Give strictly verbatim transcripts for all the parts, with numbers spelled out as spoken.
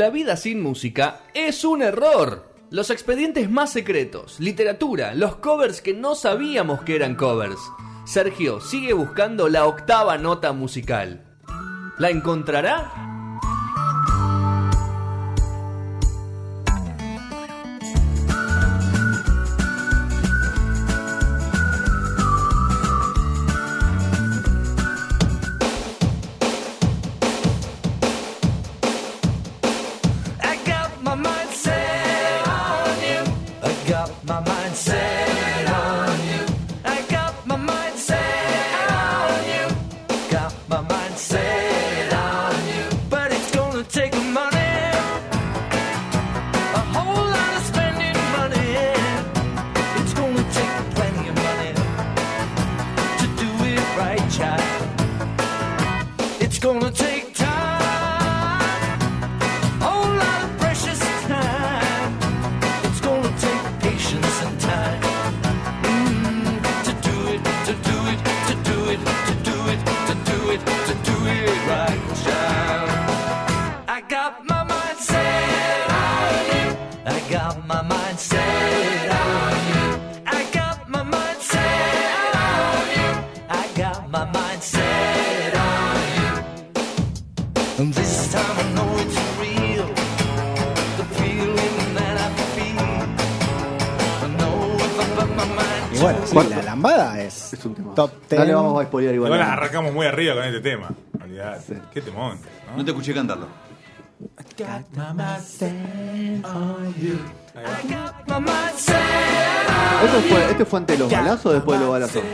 La vida sin música es un error. Los expedientes más secretos, literatura, los covers que no sabíamos que eran covers. Sergio sigue buscando la octava nota musical. ¿La encontrará? Y bueno, sí, la lambada es, es un tema. Top ten. No le vamos a spoilear igual. Igual arrancamos muy arriba con este tema. Sí. Qué temón, ¿no? No te escuché cantarlo. ¿Esto fue, ¿Este fue antes de los balazos o después de los balazos?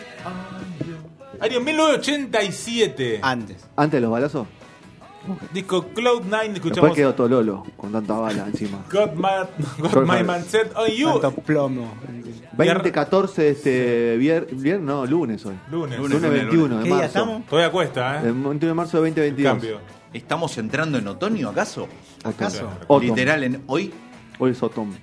Año mil novecientos ochenta y siete. Antes. ¿Antes de los balazos? Disco Cloud nine, escuchamos. Después quedó Tololo con tanta bala encima. Got my, got my mindset on you. Tanto plomo. veinte catorce este viernes, vier, no, lunes hoy. Lunes. Lunes, lunes veintiuno de ¿Qué marzo. día estamos? Todavía cuesta, ¿eh? El veintiuno de marzo de veinte veintidós. Cambio. ¿Estamos entrando en otoño acaso? ¿Acaso? Autumn. Literal, en hoy. Hoy es otoño.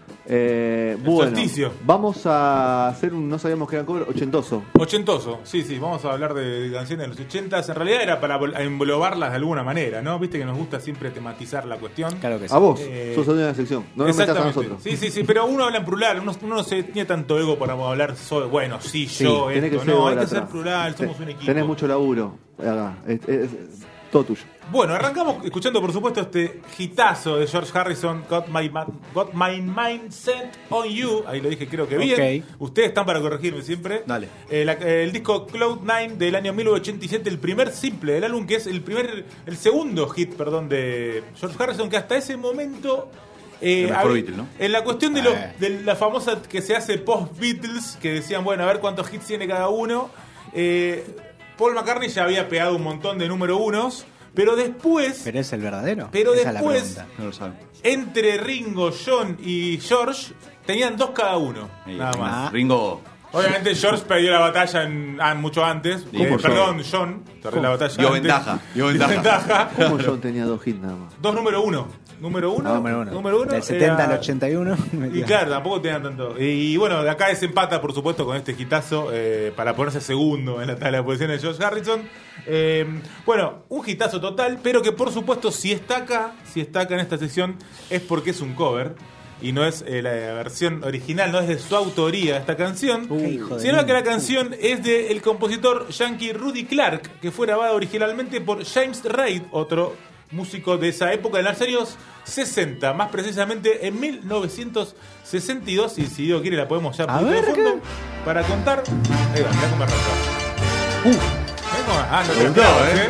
Eh, bueno, solsticio. vamos a hacer un, no sabíamos que era cover, ochentoso. Ochentoso, sí, sí, vamos a hablar de, de canciones de los ochentas. En realidad era para englobarlas de alguna manera, ¿no? Viste que nos gusta siempre tematizar la cuestión. Claro que sí. A vos, Eh, sos dueño de la sección. No nos metas a Exactamente. nosotros. Sí, sí, sí, pero uno habla en plural. Uno, uno no se tiene tanto ego para hablar solo, bueno, sí, Sí, yo, tenés esto. que ser No, hay que ególatra. ser plural, somos Te- un equipo. Tenés mucho laburo. Acá. Es, es- es todo tuyo. Bueno, arrancamos escuchando, por supuesto, este hitazo de George Harrison, Got My, Ma- Got My Mind Set on You. Ahí lo dije, creo que bien. Ok. Ustedes están para corregirme siempre. Dale. Eh, la- eh, el disco Cloud nine del año mil novecientos ochenta y siete, el primer simple del álbum, que es el primer, el segundo hit, perdón, de George Harrison, que hasta ese momento. eh, El mejor hab- Beatle, ¿no? En la cuestión de, lo- Eh. de la famosa que se hace post-Beatles, que decían, bueno, a ver cuántos hits tiene cada uno. Eh, Paul McCartney ya había pegado un montón de número unos. Pero después, ¿Pero es el verdadero? Pero Esa después- es la pregunta. No lo saben. entre Ringo, John y George, tenían dos cada uno. Nada más. Ah. Ringo. Obviamente George perdió la batalla en, ah, mucho antes. ¿Cómo Eh, John? perdón, John perdió la batalla Dio antes. ventaja, dio Dio ventaja. ¿Cómo John tenía dos hits nada más? Dos número uno. Número uno. Ah, número uno. Número uno Del setenta era- al ochenta y uno. Y claro, tampoco tenían tanto. Y bueno, de acá desempata, por supuesto, con este hitazo eh, para ponerse segundo en la tabla de posiciones de George Harrison. Eh, bueno, un hitazo total, pero que por supuesto, si está acá, si está acá en esta sección, es porque es un cover. Y no es eh, la versión original, no es de su autoría esta canción, Qué hijo de sino que la mil. canción es del compositor yankee Rudy Clark, que fue grabada originalmente por James Reid, otro músico de esa época, en los años sesenta, más precisamente en mil novecientos sesenta y dos, y si Dios quiere la podemos ya A poner de ver, fondo para contar. Ahí va, mirá cómo arranca. Uh, Mirá cómo- Ah, no te Me gustó, esperabas, ¿eh? ¿eh?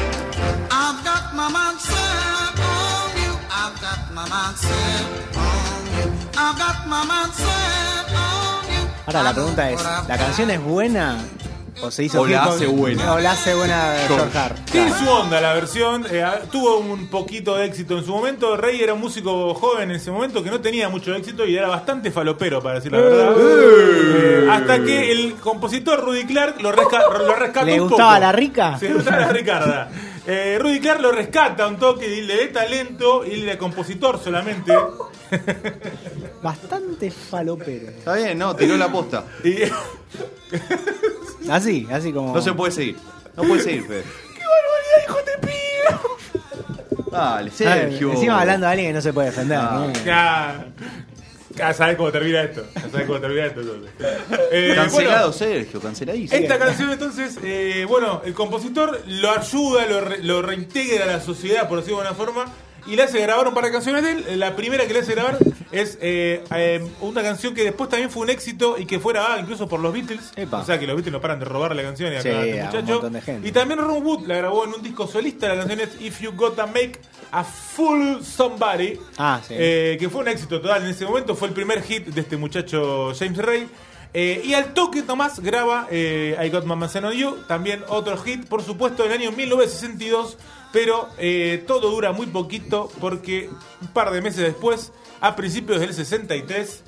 I've got my mind set on you. I've got my mind set on you. I've got my mind set on you. Ahora la pregunta es, ¿la canción es buena o se hizo O la hit con- hace buena? O la hace buena George Harrison. Tiene su onda la versión, eh, tuvo un poquito de éxito en su momento. Rey era un músico joven en ese momento que no tenía mucho éxito y era bastante falopero, para decir la verdad. Eh, hasta que el compositor Rudy Clark lo, resca- lo rescata ¿Le un gustaba poco. la rica? Sí, le gustaba la Ricarda. Eh, Rudy Clark lo rescata un toque y le dé talento y le da compositor solamente. Bastante falopero. Está bien, no, tiró la posta. Y, Así, así como... No se puede seguir. No puede seguir, Fede. Dale, Sergio. Ah, encima hablando de alguien que no se puede defender. Ah. ¿no? Ya, ya sabes cómo termina esto. Ya sabes cómo termina esto entonces. Eh, Cancelado, bueno, Sergio, canceladísimo. esta canción entonces, eh, bueno, el compositor lo ayuda, lo, re- lo reintegra a la sociedad, por decirlo de alguna forma, y le hace grabar un par de canciones de él. La primera que le hace grabar es eh, eh, una canción que después también fue un éxito y que fue grabada incluso por los Beatles. Epa. O sea que los Beatles no paran de robar la canción y acá Sí, este a un muchacho. montón de gente. Y también Ron Wood la grabó en un disco solista. La canción es If You Gotta Make a Fool Somebody. Ah, sí. Eh, que fue un éxito total en ese momento. Fue el primer hit de este muchacho James Ray. Eh, y al toque nomás graba eh, I Got My Man on You, también otro hit, por supuesto, en el año mil novecientos sesenta y dos, pero eh, todo dura muy poquito porque un par de meses después, a principios del sesenta y tres,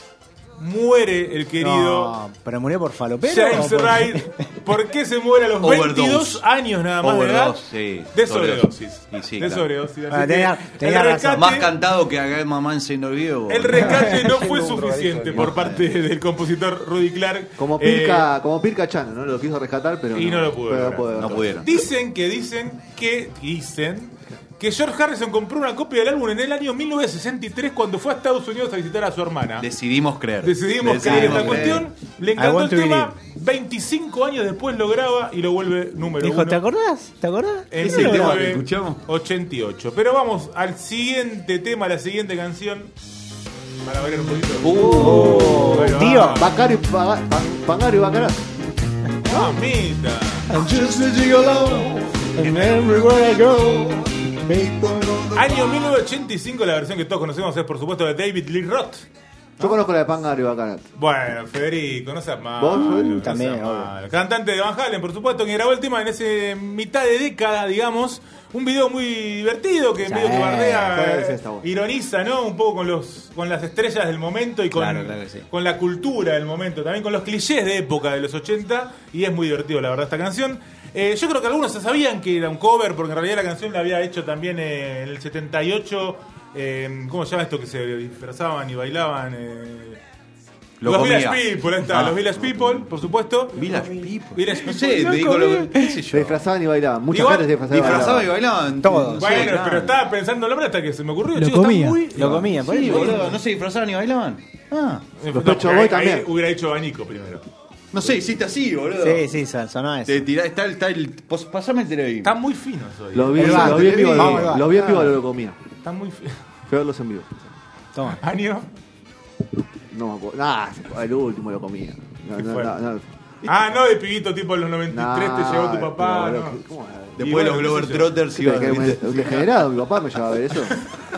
muere el querido No, pero murió por falopero. James o por- Ray. ¿Por qué se muere a los Overdose. veintidós años nada más de edad? Overdose, sí. De Sobredosis. sobredosis. Y sí, de claro. sobredosis. Así Ah, que tenía- tenía el razón. rescate- Más cantado que haga mamá en Señor Vivo. el rescate no fue Un drogadicto suficiente de por parte del compositor Rudy Clark. Como Eh, Pirca, como Pirca Chano, ¿no? Lo quiso rescatar, pero Y no lo pudo pero lograr. pudo No pudieron. Dicen que dicen que dicen que George Harrison compró una copia del álbum en el año mil novecientos sesenta y tres cuando fue a Estados Unidos a visitar a su hermana. Decidimos creer. Decidimos creer esta cuestión. Le I encantó want el to tema. veinticinco años después lo graba y lo vuelve número Dijo, uno. ¿te acordás? ¿Te acordás? En ¿Ese tema que mil novecientos escuchamos? ochenta y ocho. Pero vamos al siguiente tema, la siguiente canción. Para ver un poquito. Uh, Ahí va. tío. Bacari, Paga- Pa- Pangaro y Bacará. Mamita. I'm just a gigolo, and everywhere I go. Año mil novecientos ochenta y cinco, la versión que todos conocemos es por supuesto de David Lee Roth. Yo conozco la de Pangaro y Bacará. Bueno, Federico, no seas malo. ¿Vos, Federico? no También, seas obvio. malo. Cantante de Van Halen, por supuesto, que grabó el tema en ese mitad de década, digamos. Un video muy divertido que Sí, medio que bardea, sí, sí, eh, está bueno. ironiza, ¿no? Un poco con los con las estrellas del momento y con, Claro, claro que sí. con la cultura del momento, también con los clichés de época de los ochenta. Y es muy divertido, la verdad, esta canción. Eh, yo creo que algunos ya sabían que era un cover, porque en realidad la canción la había hecho también eh, en el setenta y ocho. Eh, ¿Cómo se llama esto que se disfrazaban y bailaban? Eh, Lo los comía. Village People, ahí está, Ah. los Village People, por supuesto. Village People. Village No People. sé, te digo lo qué sé Se yo. disfrazaban y bailaban. Mucha Igual, gente se disfrazaba y Disfrazaba y bailaba. bailaban. Todos. Bueno, Sí, claro. pero estaba pensando el nombre hasta que se me ocurrió. Lo Chico, está comía, muy- lo comía. por Sí, eso. boludo, no se disfrazaban ni bailaban. Ah. No, Los porque Pet Shop Boys ahí- también. ahí hubiera hecho abanico primero. No sé, hiciste así, boludo. Sí, sí, son- sonó eso. Te tirá, está, el- está el. pos- Pasame el televisor. Están muy finos hoy. Los vi, Ahí va, los vi en vivo, ahí va. los vi en vivo, lo comía. Están muy finos. Fue verlos en vivo. Toma. Año. No me acuerdo. Nah, el último lo comía. No, ¿Qué no, fue? no, no. Ah, no, de pibito tipo en los noventa y tres Nah, te llevó tu papá. pero, No. ¿cómo era? Después Y bueno, los qué Glover sé yo. Trotters Sí, iban, que un, ¿viste? un degenerado, mi papá me llevaba a ver eso.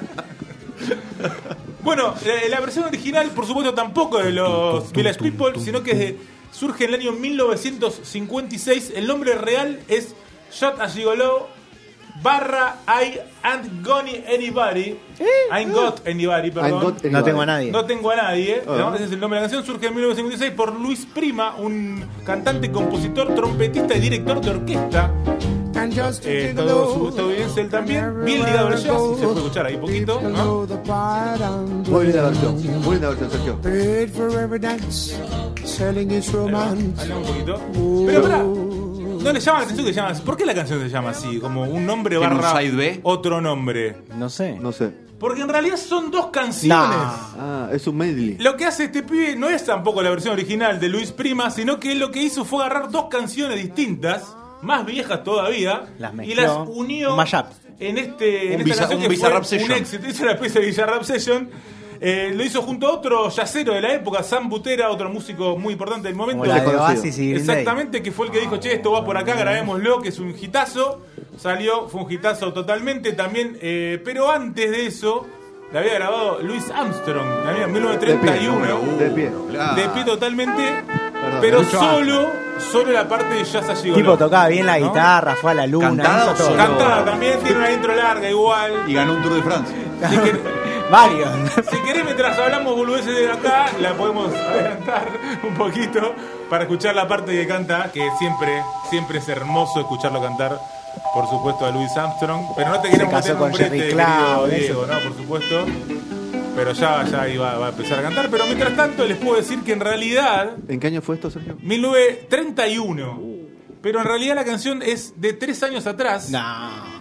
Bueno, la, la versión original, por supuesto, tampoco de los Village People, sino que es de- surge en el año mil novecientos cincuenta y seis. El nombre real es Shot a Gigolo barra I ain't got anybody. I ain't got anybody, perdón. I'm got No tengo a nadie. No tengo a nadie, ¿no? Ah. Ese es el nombre de la canción. Surge en mil novecientos cincuenta y seis por Luis Prima, un cantante, compositor, trompetista y director de orquesta. Eh, todo estadounidense él también, bien ligado al jazz, y se puede escuchar ahí poquito, ¿no? Muy linda versión, muy linda versión, Sergio. Paid for every dance, selling his Ahí va, romance. ahí va un poquito. Pero pará, no le llama la atención que se llama así. ¿Por qué la canción se llama así? Como un nombre ¿Tiene un barra side B? otro nombre. No sé. No sé. Porque en realidad son dos canciones. No. Ah, es un medley. Lo que hace este pibe no es tampoco la versión original de Luis Prima, sino que él lo que hizo fue agarrar dos canciones distintas, más viejas todavía, Las y mezcló. las unió Un mashup. en, este, en Un esta Bizarrap- canción un que Bizarrap fue un Session. éxito. Hizo una especie de Bizarrap Session. Eh, lo hizo junto a otro yacero de la época, Sam Butera, otro músico muy importante del momento. Como la de Desconocido. Oasis y Green Day. Exactamente, que fue el que dijo, che, esto va por acá, grabémoslo, que es un hitazo. Salió, fue un hitazo totalmente también. eh, pero antes de eso, la había grabado Louis Armstrong, también en mil novecientos treinta y uno. De pie. Claro. De pie totalmente, Perdón, pero mucho solo, solo la parte de Jazz Gigolo. Tipo tocaba bien la ¿no? guitarra, fue a la luna, ¿Cantada hizo o todo. solo? Cantada también, tiene una intro larga igual. Y ganó un Tour de Francia. Si quer- Varios. Si querés, mientras hablamos boludeces de acá, la podemos adelantar un poquito para escuchar la parte que canta, que siempre, siempre es hermoso escucharlo cantar, por supuesto, a Louis Armstrong. Pero no te queremos casó meter en un con brete, Jerry querido Clown, Diego, ¿no? Por supuesto. Pero ya, ya iba, va a empezar a cantar. Pero mientras tanto, les puedo decir que en realidad, ¿En qué año fue esto, Sergio? mil novecientos treinta y uno. Pero en realidad la canción es de tres años atrás. No.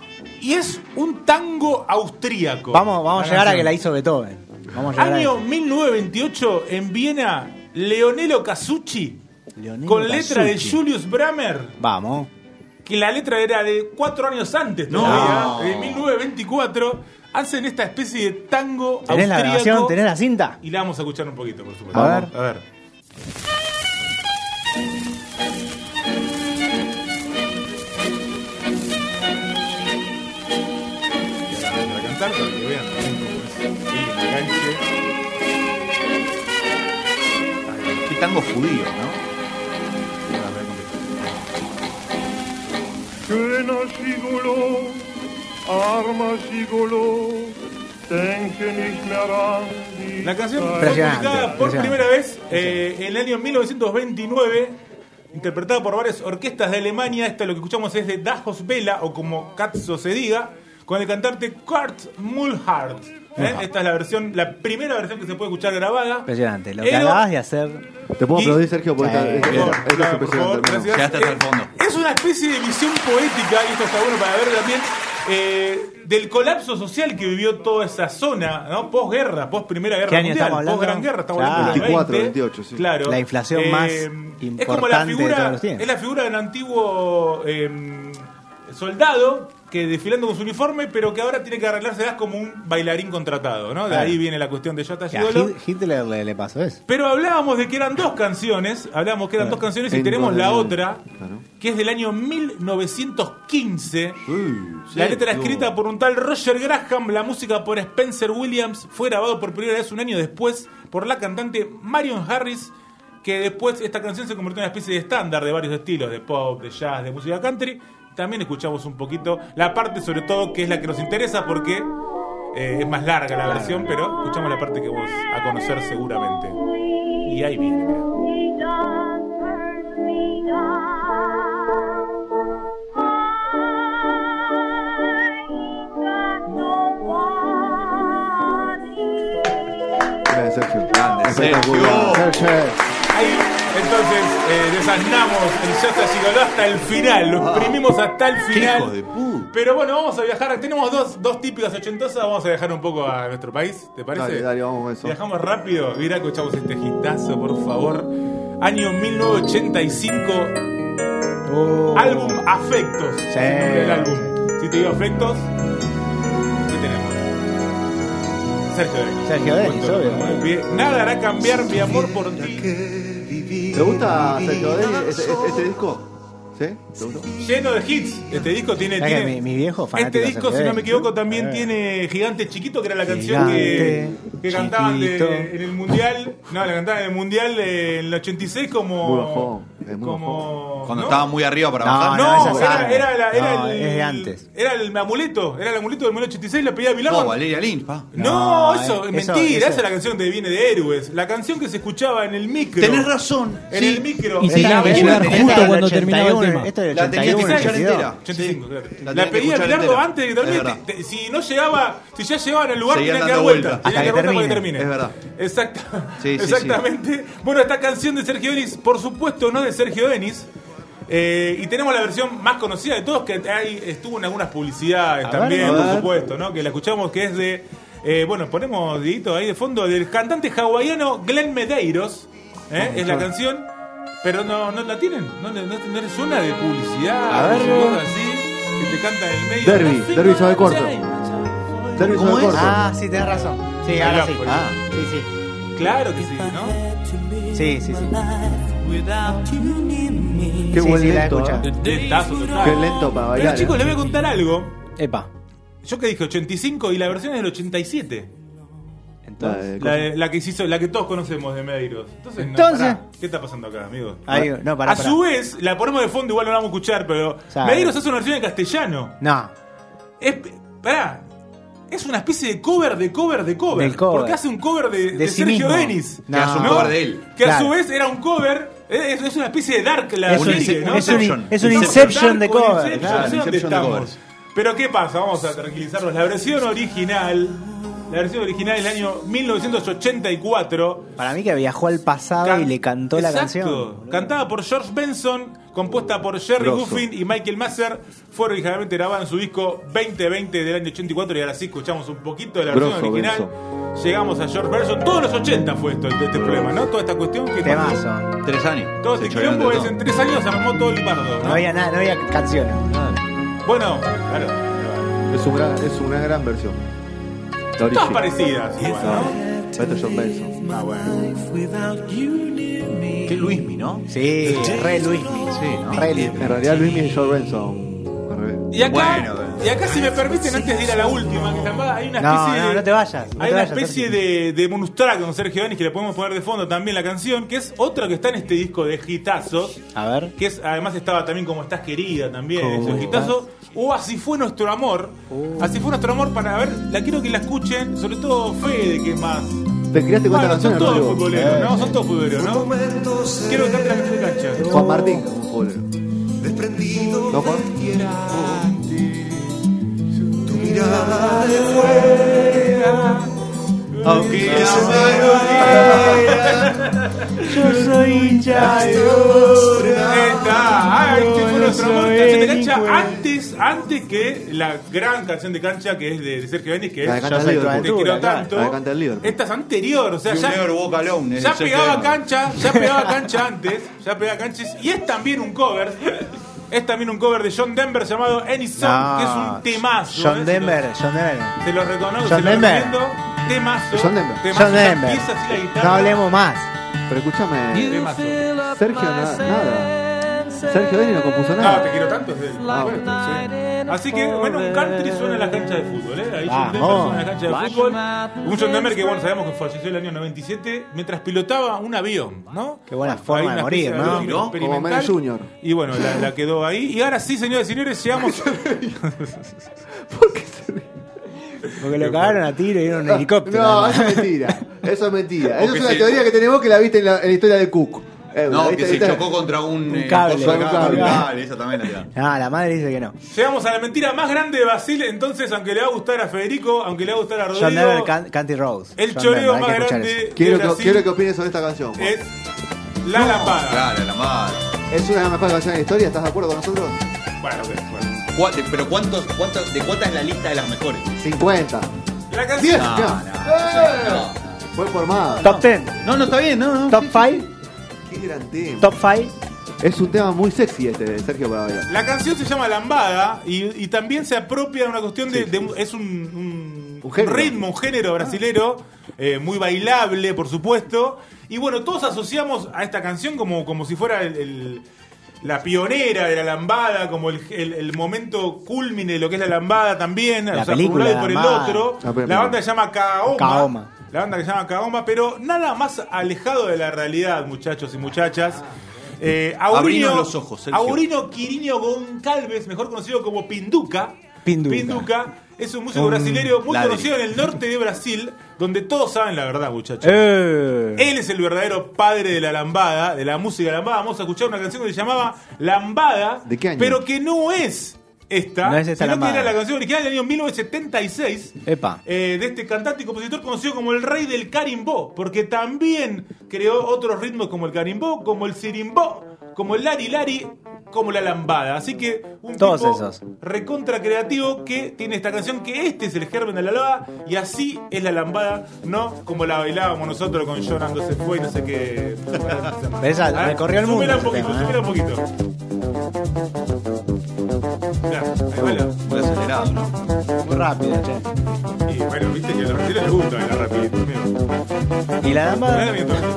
y es un tango austríaco. Vamos, vamos a La llegar a canción. que la hizo Beethoven. Vamos a llegar Año a mil novecientos veintiocho, en Viena, Leonello Casucci, Leonello con letra de Casucci. Julius Bramer, Vamos. que la letra era de cuatro años antes todavía, de mil novecientos veinticuatro, hacen esta especie de tango ¿Tenés la grabación? austríaco. ¿Tenés la cinta? Y la vamos a escuchar un poquito, por supuesto. A ver. A ver. Para cantar, para que vean también cómo es el enganche. Qué tango judío, ¿no? Schöner Gigolo, armer Gigolo, denke nicht mehr an die La canción fue Impresionante, publicada por impresionante. primera vez eh, en el año mil novecientos veintinueve, interpretada por varias orquestas de Alemania. Esta lo que escuchamos es de Das Vela, o como Katzo se diga, con el cantante Kurt Muhlhardt. ¿eh? Esta es la versión, la primera versión que se puede escuchar grabada. Impresionante. Lo que Edo- acabas de hacer. Te puedo Y- aplaudir, Sergio, porque Sí. esta- esta- Bien, esta es claro, por favor, impresionante. gracias. Llegaste hasta el Eh, fondo. Es una especie de visión poética, y esto está bueno para ver también, eh, del colapso social que vivió toda esa zona, ¿no? Posguerra, post Primera Guerra ¿Qué año Mundial, estamos hablando? post Gran Guerra, estamos Claro. hablando de los veinticuatro, veinte, veintiocho, sí. Claro. La inflación más es como la importante de figura, todos los tiempos. es la figura de un antiguo eh, soldado que desfilando con su uniforme, pero que ahora tiene que arreglárselas como un bailarín contratado, ¿no? De Claro. ahí viene la cuestión de Jota Que a Gigolo. Hit- Hitler le, le pasó eso. Pero hablábamos de que eran dos canciones, hablábamos que eran dos canciones y En tenemos la Guadalajara. otra, Claro. que es del año mil novecientos quince. Uy, La sí, letra no. escrita por un tal Roger Graham, la música por Spencer Williams, fue grabado por primera vez un año después por la cantante Marion Harris, que después esta canción se convirtió en una especie de estándar de varios estilos, de pop, de jazz, de música country. También escuchamos un poquito la parte, sobre todo, que es la que nos interesa porque eh, es más larga la versión, pero escuchamos la parte que vamos a conocer seguramente. Y ahí viene, mirá. Grande, Sergio. Grande, Espectacular. Sergio. Ahí, entonces, eh, desasnamos el Jota Gigolo hasta el final, lo exprimimos hasta el final. hijo de puta. Pero bueno, vamos a viajar. Tenemos dos, dos típicas ochentosas. Vamos a viajar un poco a nuestro país, ¿te parece? Dale, dale, vamos con eso. Viajamos rápido. Mira, escuchamos este hitazo, por favor. Año mil novecientos ochenta y cinco. Uh, Álbum Afectos. Es el nombre del álbum. Si te digo Afectos, ¿qué tenemos? Sergio Denis. Sergio Denis, Puesto obvio. muy bien. Nada hará cambiar mi amor por ti. ¿Te gusta, Sergio Denis, este, este, este disco? ¿Sí? ¿Te gustó? Lleno de hits. Este disco tiene. ¿Sabes que tiene mi- mi viejo fanático este de disco, Sergio si no me Denis? equivoco, también Eh. tiene Gigante Chiquito, que era la canción que, Gigante que cantaban de- Chiquito. en el mundial. No, la cantaban en el mundial eh, en el ochenta y seis como. Muy bajón, es muy como Cuando ¿no? estaba muy arriba para No, bajar. No, esa es era, antes. era, la- era No, el, es de antes. Era el amuleto, era el amuleto del mil novecientos ochenta y seis, la pedía Milán. No, Valeria Lynch, pa. No, No, eso es eso- mentira, eso- esa es la canción que viene de Héroes. La canción que se escuchaba en el micro. Tenés razón. En sí. el micro. Y en tenía la que avenida llegar tenía justo que- cuando ochenta y terminaba el uno, tema. Esto es del La tenía que ochenta y uno, escuchar ochenta y dos. entera. ochenta y cinco, claro. La La, tenía que pedía escuchar Bilardo entera. antes de que Es termine. verdad. Te- te- Si no llegaba, si ya llegaban al lugar, Seguían tenían que dar dando vuelta. vueltas. Tenían que Hasta dar vuelta que para que termine. Es verdad. Exacta, Sí, sí, exactamente. Bueno, esta canción de Sergio Denis, por supuesto, no de Sergio Denis. Eh, y tenemos la versión más conocida de todos, que hay, estuvo en algunas publicidades A también, ver, a por ver. supuesto, ¿no? Que la escuchamos, que es de. eh, bueno, ponemos Dieguito ahí de fondo, del cantante hawaiano Glenn Medeiros. ¿eh? Es la canción. Pero no, no la tienen, no, no, no, no les suena de publicidad, A ver. o cosas así, que te cantan en el medio. Derby, Derby sabe corto. Derby ¿Cómo sabe es? corto. Ah, sí, tenés razón. Sí, ahora Ahí sí. va, Ah, sí, sí. Claro que sí, ¿no? Sí, sí, sí. Qué Sí, buen sí, la he lento, escuchado. ¿eh? Lentazo total. Qué lento para bailar. Pero chicos, ¿eh? les voy a contar algo. Epa. Yo que dije ochenta y cinco y la versión es del ochenta y siete. Entonces. La, de- la que se hizo, la que todos conocemos de Medeiros. Entonces, no, Entonces. pará. ¿Qué está pasando acá, amigo? Ahí, no, pará, a pará. su vez, la ponemos de fondo, igual no la vamos a escuchar, pero Sabe. Medeiros hace una versión en castellano. No. Es, pará, es una especie de cover de cover de cover. Del cover. Porque hace un cover de, De de sí Sergio mismo. Denis. Que hace un cover de él. Que a Claro. su vez era un cover. Es, es una especie de dark la Es un- serie, ¿no? es un- Inception. es un Estamos Inception en de dark o cover, Inception, claro, no sé dónde Inception de estamos. covers. Pero ¿qué pasa? Vamos a tranquilizarnos. La versión original La versión original del año mil novecientos ochenta y cuatro. Para mí que viajó al pasado Can- y le cantó la Exacto. canción. Cantada por George Benson, compuesta por Jerry Grosso. Goffin y Michael Masser. Fue originalmente grabada en su disco veinte veinte del año ochenta y cuatro. Y ahora sí escuchamos un poquito de la versión Grosso, original. Benson. Llegamos a George Benson. Todos los ochenta fue esto, este, este problema, ¿no? Toda esta cuestión que Temazo. Tres años. todo Se este chorearon tiempo de es todo. en tres años se armó todo el bardo, ¿no? No había nada, no había canciones. Bueno, claro. Es, un gran, es una gran versión. La Todas original. parecidas, igual, ¿no? Esto es John Benson. Ah, bueno. Qué Luismi, ¿no? Sí, re Luismi. Sí, ¿no? Re Luismi. En realidad Luismi es George Benson. Al revés. Y acá, Bueno, y acá si me permiten, antes de ir a la última, que la- hay una No, especie no, de. no te vayas, no hay te una vayas, especie Sergio. de, de bonus track con Sergio Denis que le podemos poner de fondo también la canción, que es otra que está en este disco de hitazos. A ver. Que es, además estaba también Como Estás Querida también, ¿Cómo es un hitazo. O Así Fue Nuestro Amor. Así Fue Nuestro Amor, para ver, la quiero que la escuchen, sobre todo Fede, que es más. ¿Te criaste con esta Bueno, canción? son todos Rodrigo? futboleros, ¿no? Son todos futboleros, ¿no? Quiero que cante la canción de cancha. Juan Martín, un futbolero. ¿No, Juan? Aunque Yo soy hincha de Ahí está, ay, este fue nuestro amor, soy canción de cancha delincuente. antes, antes que la gran canción de cancha que es de, de Sergio Denis, que La de es Canta Yo el soy tu Liverpool. Te quiero aventura, tanto. La de Canta el Liverpool. Esta es anterior, o sea, You never ya, walk alone, es ya de Sergio pegaba Denis. cancha, ya pegaba cancha antes, ya pegaba canchas, y es también un cover. Es también un cover de John Denver llamado Any Song, No, que es un temazo. John ¿eh? Denver, John Denver. Se lo reconozco, John se lo Denver. recomiendo. Temazo. John Denver. Temazo, John ya Denver. empieza así la guitarra. No hablemos más. Pero escúchame, Temazo. Sergio na- nada. Sergio Denis no compuso No, nada. te quiero tanto es de él. Ah, Por supuesto, sí. Así que, bueno, un country suena en las canchas de fútbol, ¿eh? Ahí John Vamos. Denver suena en las canchas de fútbol. Un John Denver que, bueno, sabemos que falleció el año noventa y siete mientras pilotaba un avión, ¿no? Qué buena forma Ahí de una morir, especie de ¿no? avión ¿No? experimental. Como Mel Junior. Y bueno, la, la quedó ahí. Y ahora sí, señores y señores, llegamos. Porque lo cagaron a tiro y era un helicóptero. No, además. eso es mentira. Eso es mentira. Eso Porque es una sí. teoría que tenemos que la viste en la, en la historia de Cook. Eh, No, la que viste- se viste- chocó contra un, Un eh, cable. coso de Un cable. cable. Cable, esa también la tiraron. No, la madre dice que no. Llegamos a la mentira más grande de Basile. Entonces, aunque le va a gustar a Federico, aunque le va a gustar a John Denver, Rodrigo, Can- Canty Rose. el John choreo Denver, hay más que escuchar grande eso. Quiero de que, Brasil quiero que opines sobre esta canción. Juan. es La Lambada. Claro, la madre. Es una de las mejores canciones de la historia. ¿Estás de acuerdo con nosotros? Bueno, ok, bueno. ¿Cuál- de- Pero ¿cuántos, cuántos, ¿de cuántas es la lista de las mejores? cincuenta. La canción. diez. No, ya. no, no, Eh, Fue formada. Top diez. no, no, está bien, no, no. Top cinco. Qué gran tema. Top cinco. Es un tema muy sexy este de Sergio para bailar. La canción se llama Lambada y, y también se apropia de una cuestión de. Sí, de- sí. es un, un- Un género. un ritmo, un género brasilero, eh, muy bailable, por supuesto. Y bueno, todos asociamos a esta canción como, como si fuera el- el- la pionera de la lambada, como el, el- el momento culmine de lo que es la lambada también. La o sea, por un película lado y La por el Lambada. otro. La película. La banda se llama Kaoma. Kaoma. La banda que se llama Kaoma, pero nada más alejado de la realidad, muchachos y muchachas. Eh, Aurino, Abrinos los ojos, Sergio. Aurino Quirino Goncalves, mejor conocido como Pinduca. Pinduca. es un músico Un brasileño muy ladri. conocido en el norte de Brasil, donde todos saben la verdad, muchachos. Eh. Él es el verdadero padre de la lambada, de la música lambada. Vamos a escuchar una canción que se llamaba Lambada, ¿De qué año? pero que no es esta, No es esta sino lambada. que era la canción original del año mil novecientos setenta y seis. Epa. Eh, de este cantante y compositor conocido como el rey del carimbó, porque también creó otros ritmos como el carimbó, como el sirimbó, como el lari lari, como la lambada. Así que un Todos tipo esos. recontra creativo que tiene esta canción, que este es el germen de la lambada, y así es la lambada, no como la bailábamos nosotros con Llorando se fue y no sé qué. Esa Ah, recorrió el mundo súbela un ese poquito, tema, ¿eh? súbela un poquito. Mirá, ahí baila. Muy acelerado, ¿no? Muy rápido, che. Y bueno, viste que a los brasileños les gusta bailar rapidito, amigo. Y la Mirá, dama. mi entorno.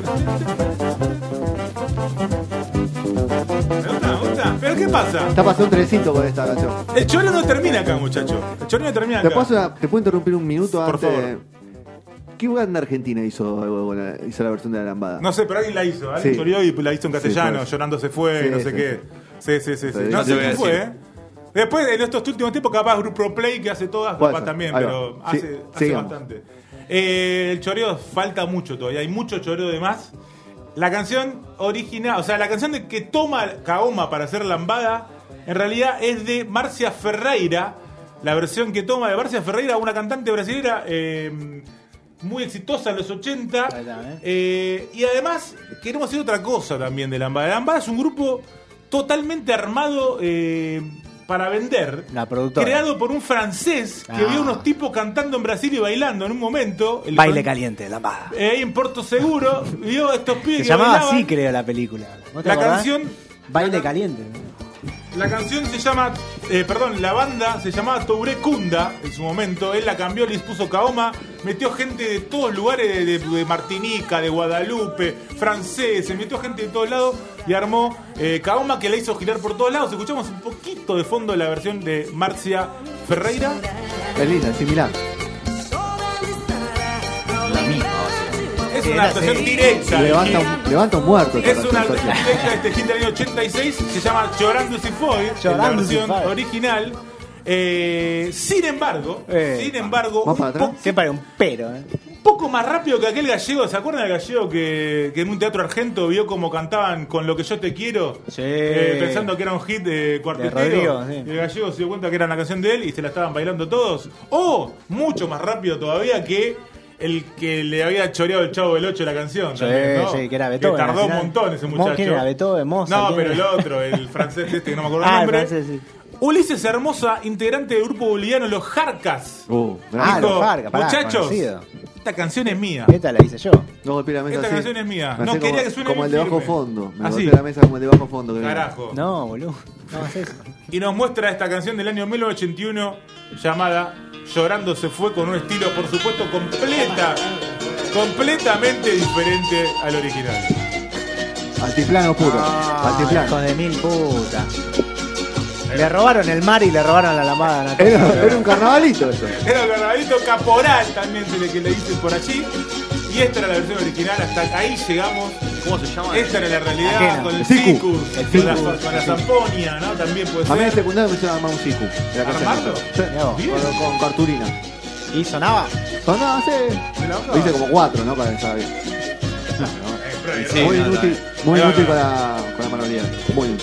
Me gusta, me gusta. ¿Pero qué pasa? Está pasando un trencito con esta canción. El choreo no termina acá, muchacho. El choreo no termina ¿Te, acá. paso una- ¿Te puedo interrumpir un minuto Por antes? favor. ¿Qué banda argentina hizo, eh, hizo la versión de la lambada? No sé, pero alguien la hizo. Alguien Sí. choreó y la hizo en castellano. Sí, pues. Llorando se fue, Sí, no sé sí, qué. Sí, sí, sí. sí. Sí, No no sé te voy a quién fue, decir. ¿eh? Después, en estos últimos tiempos, capaz Grupo Play, que hace todas, Puede capaz ser. también, Ahí va. pero Sí, hace, hace sigamos. bastante. Eh, el choreo falta mucho todavía, hay mucho choreo de más. La canción original, o sea, la canción de que toma Kaoma para hacer lambada, en realidad es de Marcia Ferreira, la versión que toma de Márcia Ferreira, una cantante brasileña eh, muy exitosa en los ochenta. Eh, y además queremos hacer otra cosa también de Lambada. Lambada es un grupo totalmente armado eh, para vender, la productora, creado por un francés que ah. vio unos tipos cantando en Brasil y bailando en un momento. El Baile caliente, Lambada. Eh, ahí en Porto Seguro, vio a estos pibes Se que llamaba bailaban. así, creo, la película. ¿No te La acordás? canción... Baile la, caliente. La canción se llama, eh, perdón, la banda se llamaba Touré Kunda en su momento. Él la cambió, le puso Kaoma, metió gente de todos lugares, de, de Martinica, de Guadalupe, franceses, metió gente de todos lados y armó eh, Kaoma, que la hizo girar por todos lados. Escuchamos un poquito de fondo la versión de Márcia Ferreira. Es linda, es similar. La misma, Es una adaptación directa. Levanta un, levanta un muerto. Es una adaptación directa de este hit del año ochenta y seis. Se llama Llorando si fue, en la versión original. Eh, sin embargo, Eh, sin embargo, ¿Vas un, para atrás? po- Siempre hay un pero, ¿eh? un poco más rápido que aquel gallego. ¿Se acuerdan del gallego que, que en un teatro argento vio cómo cantaban Con lo que yo te quiero? Sí. Eh, pensando que era un hit de cuartetero. De Rodrigo, sí. Y el gallego se dio cuenta que era una canción de él y se la estaban bailando todos. O mucho más rápido todavía que el que le había choreado el Chavo del Ocho la canción. Sí, también, ¿no? sí, que era Beethoven, Que tardó al un final. montón ese Mo- muchacho. ¿quién era? Beethoven, Mozart, No, ¿quién pero era? el otro, el francés este que no me acuerdo el Ah, el nombre. francés, sí. Ulises Hermosa, integrante del grupo boliviano Los Jarcas. Uh, Ah, Dijo, los Jarcas, pará, muchachos, conocido. esta canción es mía. Esta la hice yo. No golpeé la mesa Esta así. canción es mía. Me No, hacé quería como, que suene como bien el de bajo firme. fondo. Me Así. golpeé la mesa como el de bajo fondo. que Carajo. No, boludo. No hagas eso. Y nos muestra esta canción del año mil novecientos ochenta y uno llamada Llorando se fue, con un estilo, por supuesto, completa, completamente diferente al original. Altiplano puro. Ah, Altiplano. hijos de mil puta. Le robaron el mar y le robaron la lambada. Nacho. Era, era un carnavalito eso. Era el carnavalito caporal también, se le, que le dicen por allí. Y esta era la versión original, hasta ahí llegamos. ¿Cómo se llama? Esta era la realidad, Ajena. con el El sicu. Sicus, El con la, sicu. con la zamponia, ¿no? También puede A mí en ser. secundario me hicieron armar un sicu. de la casa de ¿Armarlo? nosotros. Sí. Mirá vos. Bien. Con, con cartulina. ¿Y sonaba? Sonaba, sí. ¿De la onda? Lo hice como cuatro, ¿no? Para que salga bien. Eh, pero- Sí, muy no, no, inútil, no. muy Ahí va, inútil ahí con va. la, con la manualidad. Muy inútil.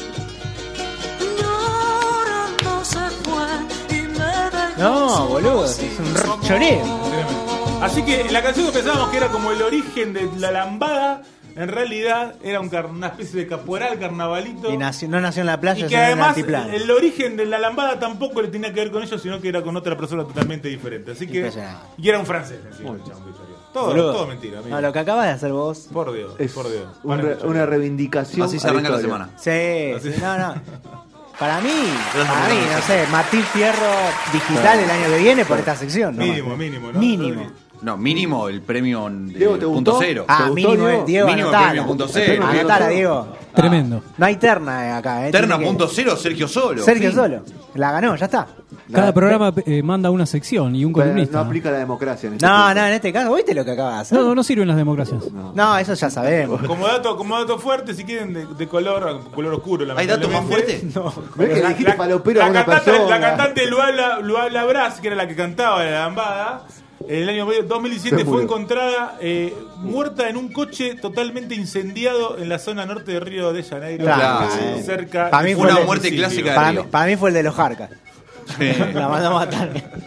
No, boludo. Es un r- choreo. Tremendo. Así que la canción que pensábamos que era como el origen de la lambada, en realidad era un car- una especie de caporal, carnavalito. Y nació- no nació en la playa, Y que sino en el además altiplano. el origen de la lambada tampoco le tenía que ver con ellos, sino que era con otra persona totalmente diferente. Así que. Impresionante. Y era un francés, encima, el chabón que choreó. Todo, Boludo. todo mentira, amigo. No, lo que acabas de hacer vos. Por Dios, Es por Dios. un Paren re- de chorear. una reivindicación. Así se a arranca la historia. semana. Sí, sí, no, no. Para mí, Gracias para por mí, la no sé, Martín Fierro digital el año que viene por esta sección, ¿no? Mínimo, mínimo, ¿no? Mínimo. No, mínimo el premio de Diego, ¿te punto gustó? cero. Ah, ¿Te gustó, mínimo, Diego? eh, Diego, Mínimo el anotala. premio punto cero, Anotala, Diego. Diego. Tremendo. No hay terna eh, acá, ¿eh? Terna Tiene que- punto cero, Sergio Solo. Sergio Fin. Solo. La ganó, ya está. Cada La- programa eh, manda una sección y un Pero columnista. no aplica la democracia en este No, punto. no, en este caso, ¿viste lo que acaba de hacer? No, no sirven las democracias. No, eso ya sabemos. Como dato, como dato fuerte, si quieren, de, de color, color oscuro. ¿Hay datos más lamentablemente. fuertes? No. ¿Ves que le dijiste palopero a la una cantante, persona? la cantante Luala, Luala Brás, que era la que cantaba la lambada, en el año dos mil diecisiete Se fue murió. encontrada eh, muerta en un coche totalmente incendiado en la zona norte de Río de Janeiro, Claro, eh, eh. cerca Para mí de fue una el- muerte Sicilio. clásica. Para mí, Río. para mí fue el de los Jarcas. Sí. La mandó a matar.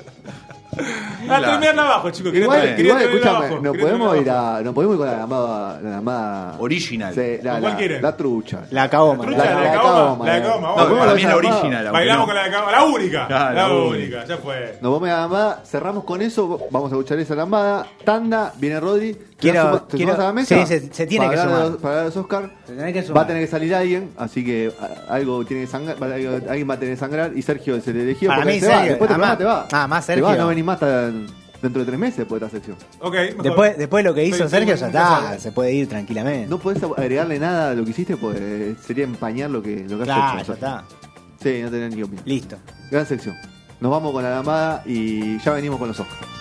Ah, terminarla abajo, chicos. quería Igual, terminar- igual, quería terminarla escúchame, abajo, no quería podemos ir terminarla a, no podemos ir con la llamada, la llamada Original. Sí, la, ¿Con cuál la, quieren? la trucha. La caoma. Trucha, La- la, la de Caoma, Caoma, la de la- Caoma. No, vamos. ¿Cómo para lo mí es la llamaba? original. aunque Bailamos no. con la de Caoma, la única. Ah, la, la única, ya fue. Nos vamos a la llamada, cerramos con eso, vamos a escuchar esa lambada. Tanda, viene Rodri. ¿Te Quiero- suma- ¿Te quiero- sumás a la mesa? sí, se- se tiene Para que hablar de sumar. los- Para hablar de los Oscar. Se tiene que Va sumar. a tener que salir alguien, así que a- algo tiene que sangrar, va- algo- alguien va a tener que sangrar y Sergio es el elegido Para porque mí, se va, Sergio, después del además- programa te va. ah, más Te va, Sergio. no venís más hasta dentro de tres meses después de esta sección. Ok, mejor. Después, después de lo que hizo Estoy- Sergio, estoy ya muy está. casado. Se puede ir tranquilamente. No podés agregarle nada a lo que hiciste, pues sería empañar lo que, lo que has Claro, hecho. ya está. Sí, no tenés ni opinión. Listo. Gran sección. Nos vamos con la llamada y ya venimos con los Oscars.